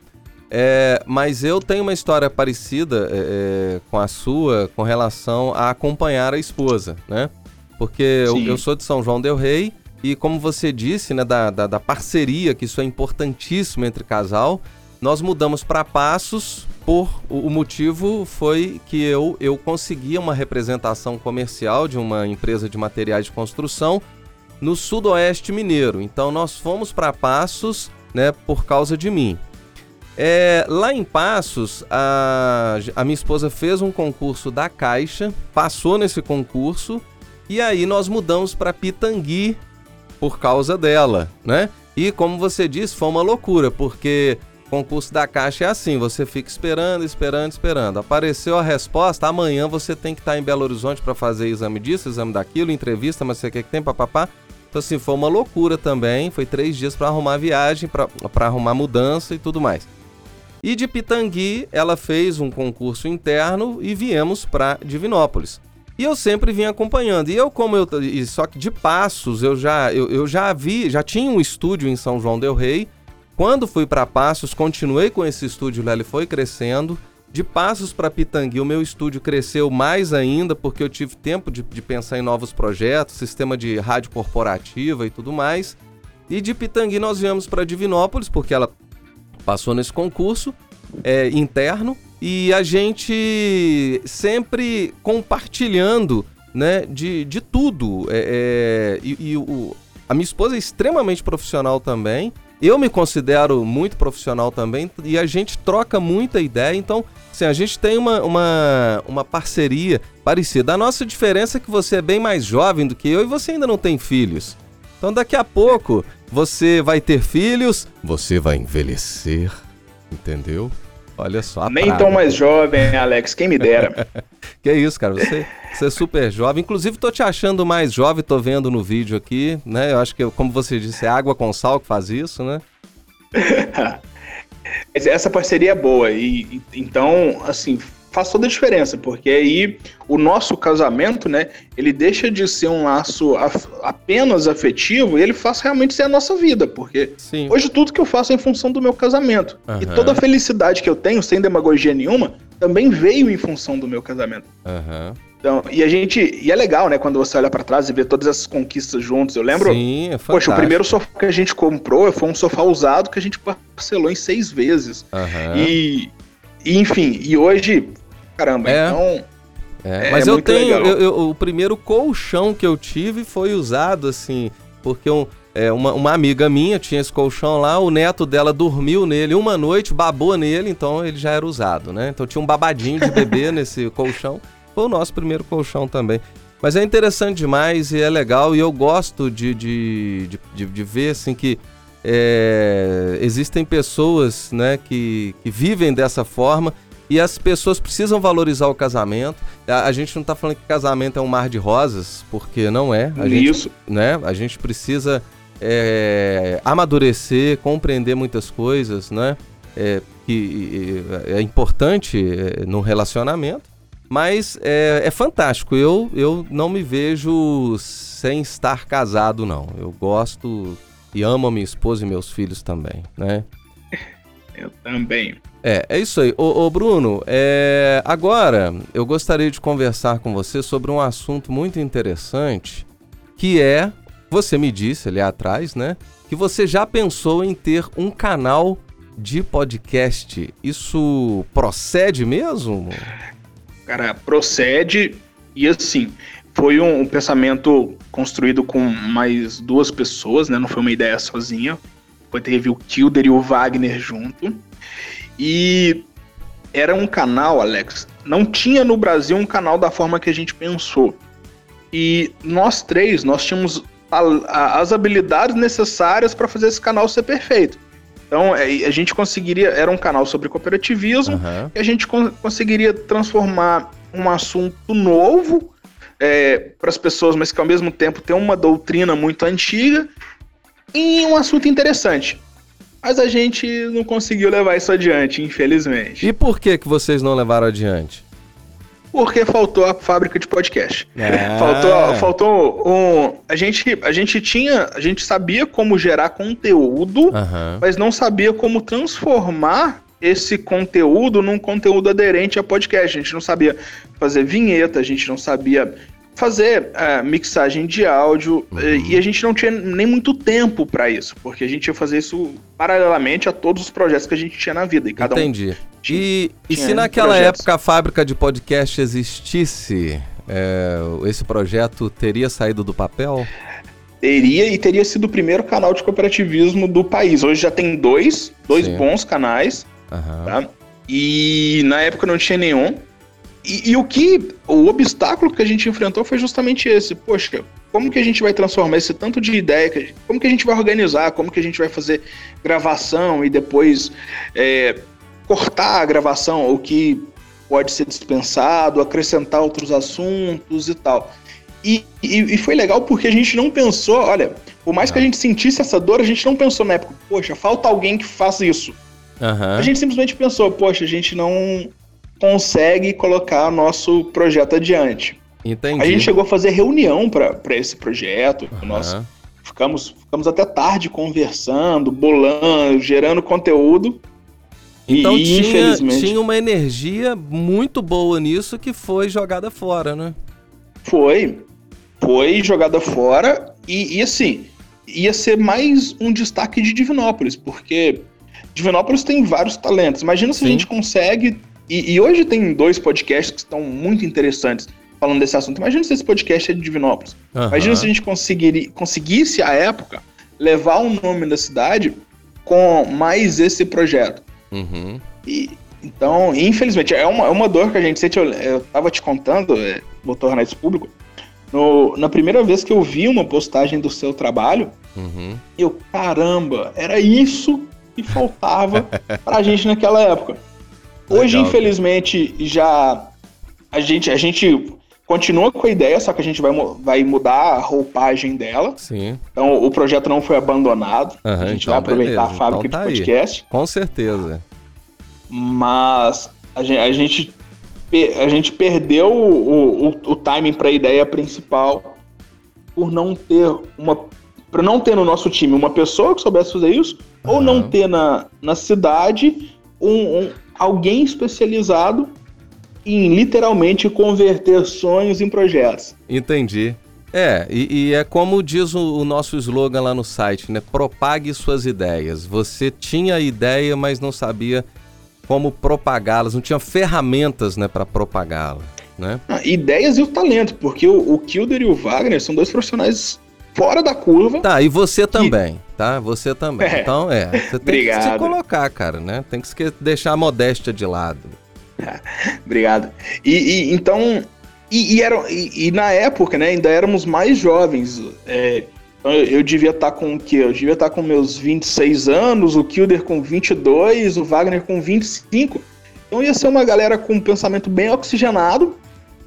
S2: É, mas eu tenho uma história parecida é, com a sua com relação a acompanhar a esposa, né? Porque eu, eu sou de São João del Rei e, como você disse, né, da, da, da parceria, que isso é importantíssimo entre casal, nós mudamos para Passos por... O, o motivo foi que eu, eu consegui uma representação comercial de uma empresa de materiais de construção no sudoeste mineiro. Então nós fomos para Passos, né, por causa de mim. É, lá em Passos, a, a minha esposa fez um concurso da Caixa, passou nesse concurso, e aí nós mudamos para Pitangui por causa dela, né? E como você disse, foi uma loucura, porque o concurso da Caixa é assim, você fica esperando, esperando, esperando. Apareceu a resposta, amanhã você tem que estar em Belo Horizonte para fazer exame disso, exame daquilo, entrevista, mas você quer que tem, papapá. Então assim, foi uma loucura também, foi três dias para arrumar viagem, para arrumar mudança e tudo mais. E de Pitangui, ela fez um concurso interno e viemos para Divinópolis. E eu sempre vim acompanhando. E eu, como eu... Só que de Passos, eu já, eu, eu já vi... Já tinha um estúdio em São João del Rei. Quando fui para Passos, continuei com esse estúdio lá, ele foi crescendo. De Passos para Pitangui, o meu estúdio cresceu mais ainda, porque eu tive tempo de, de pensar em novos projetos, sistema de rádio corporativa e tudo mais. E de Pitangui nós viemos para Divinópolis, porque ela... passou nesse concurso é, interno e a gente sempre compartilhando, né, de, de tudo. É, é, e e o, a minha esposa é extremamente profissional também, eu me considero muito profissional também e a gente troca muita ideia. Então, assim, a gente tem uma, uma, uma parceria parecida. A nossa diferença é que você é bem mais jovem do que eu e você ainda não tem filhos. Então daqui a pouco você vai ter filhos, você vai envelhecer, entendeu? Olha só.
S3: Nem praga. Tão mais jovem, Alex, quem me dera.
S2: Que isso, cara, você, você é super jovem. Inclusive tô te achando mais jovem, tô vendo no vídeo aqui, né? Eu acho que, como você disse, é água com sal que faz isso, né?
S3: Essa parceria é boa e então, assim, faz toda a diferença, porque aí o nosso casamento, né, ele deixa de ser um laço af- apenas afetivo e ele faz realmente ser a nossa vida, porque
S2: Sim.
S3: hoje tudo que eu faço é em função do meu casamento.
S2: Aham.
S3: E toda a felicidade que eu tenho, sem demagogia nenhuma, também veio em função do meu casamento.
S2: Aham.
S3: Então, e a gente, e é legal, né, quando você olha pra trás e vê todas essas conquistas juntos. Eu lembro,
S2: Sim, é fantástico.
S3: poxa, o primeiro sofá que a gente comprou foi um sofá usado que a gente parcelou em seis vezes.
S2: Aham.
S3: E, e, enfim, e hoje, caramba,
S2: É.
S3: então...
S2: É,
S3: É
S2: mas eu
S3: muito
S2: tenho,
S3: legal.
S2: eu- eu- o primeiro colchão que eu tive foi usado, assim, porque um, é, uma, uma amiga minha tinha esse colchão lá, o neto dela dormiu nele uma noite, babou nele, então ele já era usado, né? Então tinha um babadinho de bebê nesse colchão, foi o nosso primeiro colchão também. Mas é interessante demais e é legal, e eu gosto de, de, de, de, de ver, assim, que é, existem pessoas, né, que, que vivem dessa forma. E as pessoas precisam valorizar o casamento. A, a gente não está falando que casamento é um mar de rosas, porque não é. A gente,
S3: Isso.
S2: né? A gente precisa é, amadurecer, compreender muitas coisas, né? É, que é importante é, no relacionamento. Mas é, é fantástico. Eu, eu não me vejo sem estar casado, não. Eu gosto e amo a minha esposa e meus filhos também, né?
S3: Eu também.
S2: É, é isso aí. Ô, ô Bruno, é, agora eu gostaria de conversar com você sobre um assunto muito interessante, que é, você me disse ali atrás, né, que você já pensou em ter um canal de podcast. Isso procede mesmo?
S3: Cara, procede e assim, foi um, um pensamento construído com mais duas pessoas, né? Não foi uma ideia sozinha. Foi, teve o Kilder e o Wagner junto. E era um canal, Alex, não tinha no Brasil um canal da forma que a gente pensou. E nós três, nós tínhamos a, a, as habilidades necessárias para fazer esse canal ser perfeito. Então, a, a gente conseguiria, era um canal sobre cooperativismo,
S2: Uhum.
S3: e a gente con- conseguiria transformar um assunto novo é, para as pessoas, mas que ao mesmo tempo tem uma doutrina muito antiga, em um assunto interessante. Mas a gente não conseguiu levar isso adiante, infelizmente.
S2: E por que que vocês não levaram adiante?
S3: Porque faltou a fábrica de podcast.
S2: Ah.
S3: Faltou, faltou um. A gente, a gente tinha. A gente sabia como gerar conteúdo,
S2: Aham.
S3: mas não sabia como transformar esse conteúdo num conteúdo aderente a podcast. A gente não sabia fazer vinheta, a gente não sabia fazer uh, mixagem de áudio,
S2: Uhum.
S3: e, e a gente não tinha nem muito tempo para isso, porque a gente ia fazer isso paralelamente a todos os projetos que a gente tinha na vida. E cada um
S2: Entendi.
S3: tinha-
S2: E, e
S3: tinha
S2: se naquela
S3: projetos.
S2: época a fábrica de podcast existisse, é, esse projeto teria saído do papel?
S3: teria e teria sido o primeiro canal de cooperativismo do país. Hoje já tem dois, dois
S2: Sim.
S3: bons canais,
S2: Aham.
S3: tá? E na época não tinha nenhum. E, e o que, o obstáculo que a gente enfrentou foi justamente esse. Poxa, como que a gente vai transformar esse tanto de ideia? Que a gente- como que a gente vai organizar? Como que a gente vai fazer gravação e depois é, cortar a gravação, o que pode ser dispensado, acrescentar outros assuntos e tal. E, e, e foi legal porque a gente não pensou, olha, por mais que a gente sentisse essa dor, a gente não pensou na época, poxa, falta alguém que faça isso.
S2: Aham.
S3: A gente simplesmente pensou, poxa, a gente não consegue colocar nosso projeto adiante.
S2: Entendi.
S3: A gente chegou a fazer reunião para esse projeto,
S2: Aham.
S3: nós ficamos, ficamos até tarde conversando, bolando, gerando conteúdo.
S2: Então
S3: e,
S2: tinha,
S3: infelizmente,
S2: tinha uma energia muito boa nisso que foi jogada fora, né?
S3: foi, foi jogada fora e, e assim, ia ser mais um destaque de Divinópolis, porque Divinópolis tem vários talentos. Imagina se
S2: Sim.
S3: a gente consegue, e, e hoje tem dois podcasts que estão muito interessantes falando desse assunto. Imagina se esse podcast é de Divinópolis.
S2: Aham.
S3: Imagina se a gente conseguir, conseguisse, à época, levar o nome da cidade com mais esse projeto.
S2: Uhum.
S3: E, então, infelizmente, é uma, é uma dor que a gente sente. Eu, eu tava te contando, é, vou tornar isso público. No, na primeira vez que eu vi uma postagem do seu trabalho,
S2: Uhum.
S3: eu, caramba, era isso que faltava pra gente naquela época. Hoje,
S2: Legal.
S3: infelizmente, já a gente, a gente continua com a ideia, só que a gente vai, mu- vai mudar a roupagem dela.
S2: Sim,
S3: Então, o projeto não foi abandonado.
S2: Aham,
S3: a gente
S2: então
S3: vai aproveitar
S2: beleza.
S3: a fábrica
S2: Então tá
S3: de
S2: aí.
S3: podcast.
S2: com certeza.
S3: Mas a gente, a gente a gente perdeu o, o, o timing para a ideia principal por não ter uma, por não ter no nosso time uma pessoa que soubesse fazer isso, uhum. ou não ter na, na cidade um, um, alguém especializado em literalmente converter sonhos em projetos.
S2: Entendi. É, e, e é como diz o, o nosso slogan lá no site, né? Propague suas ideias. Você tinha ideia, mas não sabia como propagá-las, não tinha ferramentas, né, para propagá-las, né?
S3: Ah, ideias e o talento, porque o, o Kilder e o Wagner são dois profissionais fora da curva.
S2: Tá, e você também, que... tá? Você também. É. Então, é, você tem Obrigado. que se colocar, cara, né? Tem que deixar a modéstia de lado.
S3: Obrigado. E, e então, e, e, era, e, e na época, né, ainda éramos mais jovens. É, eu, eu devia estar com o quê? Eu devia estar com meus vinte e seis anos, o Kilder com vinte e dois, o Wagner com vinte e cinco. Então ia ser uma galera com um pensamento bem oxigenado,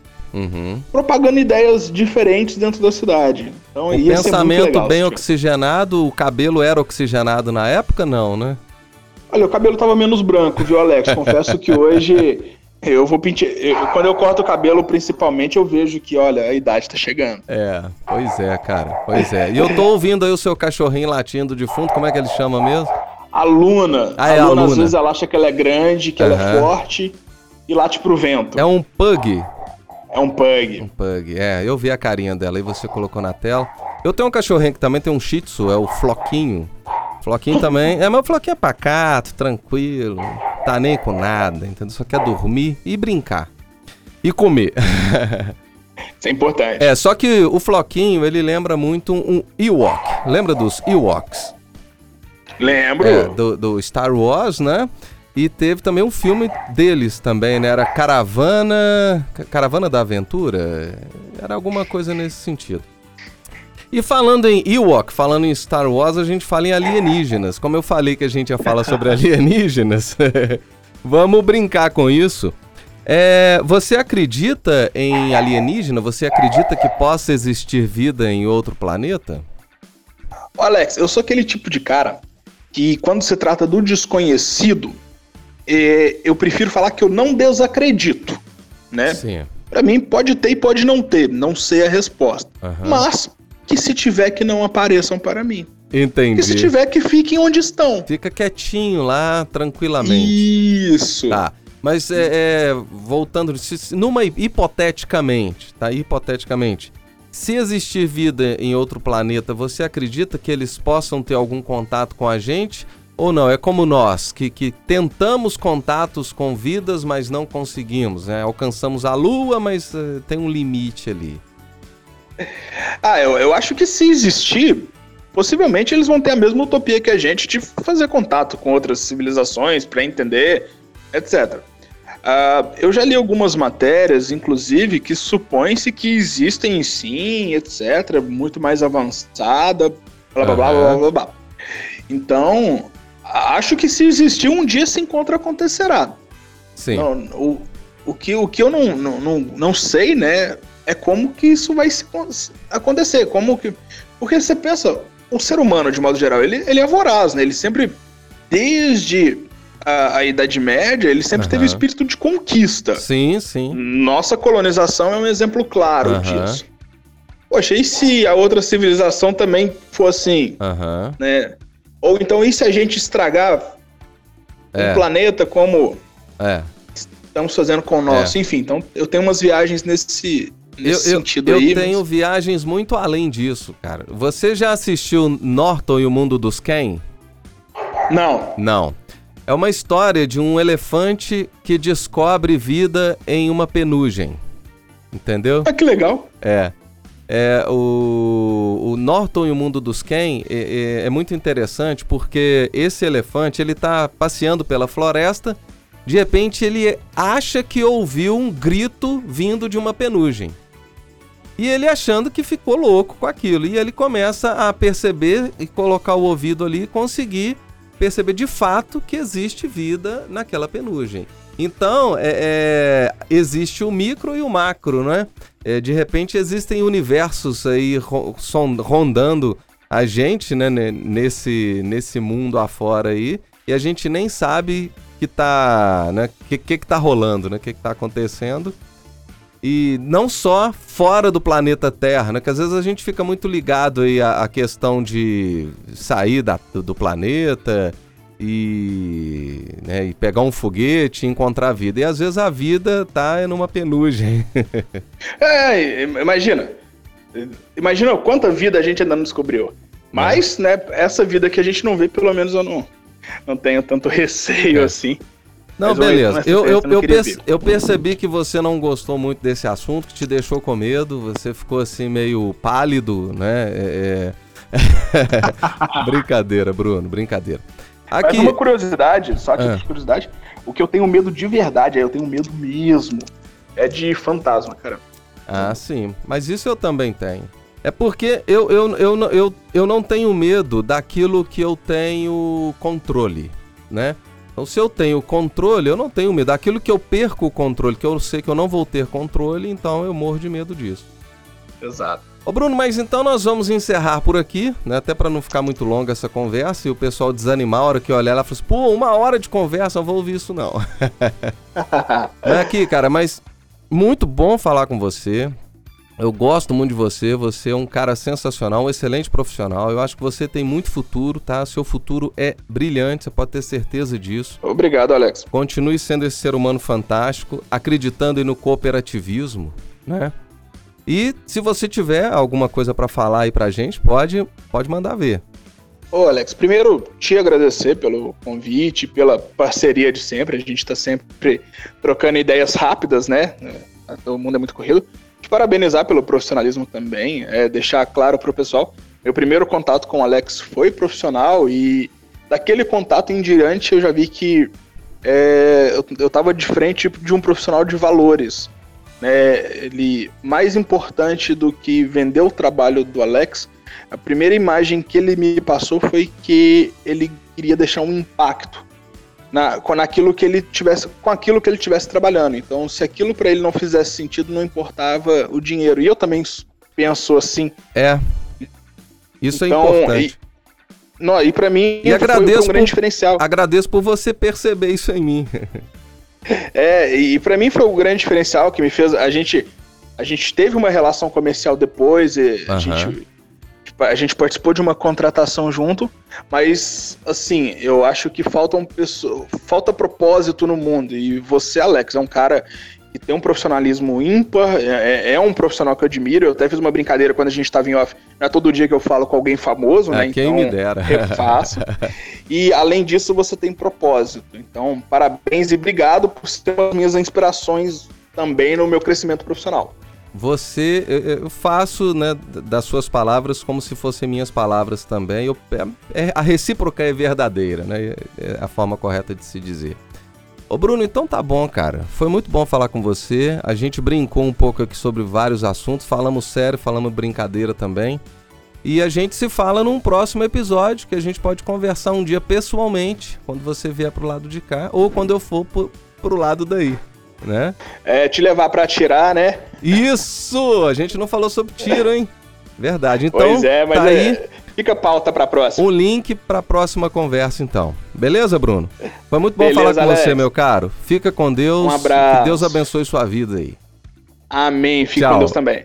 S3: uhum. propagando ideias diferentes dentro da cidade. Então,
S2: o
S3: ia
S2: pensamento
S3: ser muito legal,
S2: bem
S3: tipo.
S2: oxigenado, o cabelo era oxigenado na época, não, né?
S3: Olha, o cabelo tava menos branco, viu, Alex? Confesso que hoje eu vou pintar. Eu, quando eu corto o cabelo, principalmente, eu vejo que, olha, a idade tá chegando.
S2: É, pois é, cara. Pois é. E eu tô ouvindo aí o seu cachorrinho latindo de fundo, como é que ele chama mesmo?
S3: A Luna.
S2: Ah, é
S3: a,
S2: a
S3: Luna,
S2: Luna,
S3: às vezes, ela acha que ela é grande, que uhum. ela é forte e late pro vento.
S2: É um pug?
S3: É um pug.
S2: Um pug, é. Eu vi a carinha dela e você colocou na tela. Eu tenho um cachorrinho que também tem um shih tzu, é o Floquinho. Floquinho também, é, mas o Floquinho é pacato, tranquilo, tá nem com nada, entendeu? Só quer dormir e brincar. E comer.
S3: Isso é importante.
S2: É, só que o Floquinho, ele lembra muito um Ewok. Lembra dos Ewoks?
S3: Lembro.
S2: É, do, do Star Wars, né? E teve também um filme deles também, né? Era Caravana... Caravana da Aventura? Era alguma coisa nesse sentido. E falando em Ewok, falando em Star Wars, a gente fala em alienígenas. Como eu falei que a gente ia falar sobre alienígenas, vamos brincar com isso. É, você acredita em alienígena? Você acredita que possa existir vida em outro planeta?
S3: Ô Alex, eu sou aquele tipo de cara que quando se trata do desconhecido, é, eu prefiro falar que eu não desacredito, né?
S2: Sim.
S3: Pra mim pode ter e pode não ter, não sei a resposta.
S2: Uhum.
S3: Mas que se tiver que não apareçam para mim.
S2: Entendi.
S3: Que se tiver que fiquem onde estão.
S2: Fica quietinho lá, tranquilamente.
S3: Isso.
S2: Tá. Mas, é, é, voltando, se, numa hipoteticamente, tá? Hipoteticamente, se existir vida em outro planeta, você acredita que eles possam ter algum contato com a gente? Ou não? É como nós, que, que tentamos contatos com vidas, mas não conseguimos, né? Alcançamos a Lua, mas uh, tem um limite ali.
S3: Ah, eu, eu acho que se existir, possivelmente eles vão ter a mesma utopia que a gente de fazer contato com outras civilizações para entender, etcétera. Uh, eu já li algumas matérias, inclusive, que supõe-se que existem sim, etcétera, muito mais avançada, blá blá, uhum. blá blá blá blá. Então, acho que se existir, um dia esse encontro acontecerá.
S2: Sim.
S3: Não, o, o, que, o que eu não, não, não, não sei, né, é como que isso vai se, acontecer, como que... Porque você pensa, o ser humano, de modo geral, ele, ele é voraz, né? Ele sempre, desde a, a Idade Média, ele sempre uhum. teve espírito de conquista.
S2: Sim, sim.
S3: Nossa colonização é um exemplo claro
S2: uhum.
S3: disso. Poxa, e se a outra civilização também for assim,
S2: uhum.
S3: né? Ou então, e se a gente estragar
S2: é.
S3: um planeta como
S2: é.
S3: estamos fazendo com o nosso? É. Enfim, então eu tenho umas viagens nesse... Nesse
S2: eu,
S3: sentido
S2: eu,
S3: aí,
S2: eu tenho
S3: mas...
S2: viagens muito além disso, cara. Você já assistiu Norton e o Mundo dos Ken?
S3: Não.
S2: Não. É uma história de um elefante que descobre vida em uma penugem. Entendeu?
S3: Ah, que legal.
S2: É. é o, o Norton e o Mundo dos Ken é, é, é muito interessante porque esse elefante, ele tá passeando pela floresta. De repente ele acha que ouviu um grito vindo de uma penugem. E ele achando que ficou louco com aquilo. E ele começa a perceber e colocar o ouvido ali e conseguir perceber de fato que existe vida naquela penugem. Então, é, é, existe o micro e o macro, né? É, de repente existem universos aí rondando a gente, né? Nesse, nesse mundo afora aí. E a gente nem sabe que tá, né, que, que que tá rolando, né, o que que tá acontecendo. E não só fora do planeta Terra, né, que às vezes a gente fica muito ligado aí à, à questão de sair da, do, do planeta e, né, e pegar um foguete e encontrar a vida. E às vezes a vida tá numa penugem.
S3: É, imagina. Imagina quanta vida a gente ainda não descobriu. Mas, é. né, essa vida que a gente não vê, pelo menos eu não, não tenho tanto receio é. assim.
S2: Não, mas beleza. Eu, eu, eu, perce, eu percebi que você não gostou muito desse assunto, que te deixou com medo, você ficou assim meio pálido, né? É, é... brincadeira, Bruno, brincadeira.
S3: Aqui... Mas uma curiosidade, só que é. curiosidade, o que eu tenho medo de verdade, eu tenho medo mesmo, é de fantasma, cara.
S2: Ah, sim, mas isso eu também tenho. É porque eu, eu, eu, eu, eu, eu não tenho medo daquilo que eu tenho controle, né? Então, se eu tenho controle, eu não tenho medo. Daquilo que eu perco o controle, que eu sei que eu não vou ter controle, então eu morro de medo disso.
S3: Exato.
S2: Ô Bruno, mas então nós vamos encerrar por aqui, né? Até para não ficar muito longa essa conversa e o pessoal desanimar a hora que olhar ela e falar assim, pô, uma hora de conversa, não vou ouvir isso não. Não é aqui, cara, mas muito bom falar com você. Eu gosto muito de você, você é um cara sensacional, um excelente profissional. Eu acho que você tem muito futuro, tá? Seu futuro é brilhante, você pode ter certeza disso.
S3: Obrigado, Alex.
S2: Continue sendo esse ser humano fantástico, acreditando aí no cooperativismo, né? E se você tiver alguma coisa para falar aí pra gente, pode, pode mandar ver.
S3: Ô, Alex, primeiro te agradecer pelo convite, pela parceria de sempre. A gente tá sempre trocando ideias rápidas, né? Todo mundo é muito corrido. Te parabenizar pelo profissionalismo também, é, deixar claro pro pessoal, meu primeiro contato com o Alex foi profissional e daquele contato em diante eu já vi que é, eu, eu tava de frente de um profissional de valores, né? Ele, mais importante do que vender o trabalho do Alex, a primeira imagem que ele me passou foi que ele queria deixar um impacto Na, com, naquilo que ele tivesse, com aquilo que ele estivesse trabalhando. Então, se aquilo para ele não fizesse sentido, não importava o dinheiro. E eu também penso assim.
S2: É. Isso então, é importante.
S3: E, não, e para mim,
S2: e
S3: foi, foi um grande
S2: por,
S3: diferencial.
S2: Agradeço por você perceber isso em mim.
S3: É, e para mim foi um grande diferencial que me fez... A gente, a gente teve uma relação comercial depois, e uhum. a gente... A gente participou de uma contratação junto, mas, assim, eu acho que falta, um pessoa, falta propósito no mundo. E você, Alex, é um cara que tem um profissionalismo ímpar, é, é um profissional que eu admiro. Eu até fiz uma brincadeira quando a gente estava em off. Não é todo dia que eu falo com alguém famoso, né?
S2: É, quem
S3: então,
S2: me dera.
S3: Eu faço. E, além disso, você tem propósito. Então, parabéns e obrigado por ser as minhas inspirações também no meu crescimento profissional.
S2: Você, eu faço, né, das suas palavras como se fossem minhas palavras também. Eu, é, a recíproca é verdadeira, né? É a forma correta de se dizer. Ô Bruno, então tá bom, cara. Foi muito bom falar com você. A gente brincou um pouco aqui sobre vários assuntos. Falamos sério, falamos brincadeira também. E a gente se fala num próximo episódio, que a gente pode conversar um dia pessoalmente, quando você vier pro lado de cá, ou quando eu for pro, pro lado daí. Né?
S3: É, te levar pra atirar, né?
S2: Isso! A gente não falou sobre tiro, hein? Verdade. Então,
S3: pois é, mas
S2: tá
S3: é,
S2: aí
S3: fica a pauta pra próxima.
S2: Um link pra próxima conversa, então. Beleza, Bruno? Foi muito bom Beleza, falar com Alex. Você, meu caro. Fica com Deus.
S3: Um abraço.
S2: Que Deus abençoe sua vida aí.
S3: Amém. Fica com Deus também.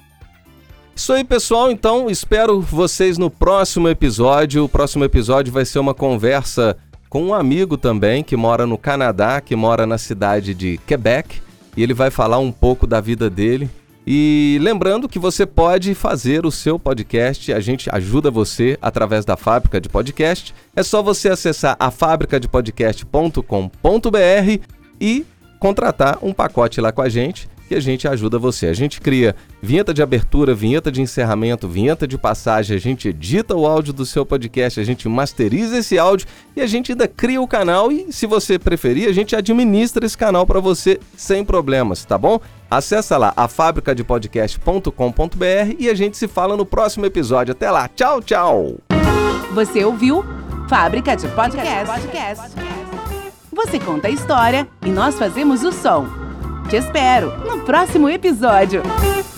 S2: Isso aí, pessoal. Então, espero vocês no próximo episódio. O próximo episódio vai ser uma conversa com um amigo também, que mora no Canadá, que mora na cidade de Quebec, e ele vai falar um pouco da vida dele. E lembrando que você pode fazer o seu podcast, a gente ajuda você através da Fábrica de Podcast. É só você acessar a fábrica de podcast ponto com ponto b r e contratar um pacote lá com a gente, que a gente ajuda você. A gente cria vinheta de abertura, vinheta de encerramento, vinheta de passagem, a gente edita o áudio do seu podcast, a gente masteriza esse áudio e a gente ainda cria o canal e, se você preferir, a gente administra esse canal para você sem problemas, tá bom? Acessa lá a fábrica de podcast ponto com ponto b r e a gente se fala no próximo episódio. Até lá, tchau, tchau!
S1: Você ouviu Fábrica de Podcast. Você conta a história e nós fazemos o som. Te espero no próximo episódio.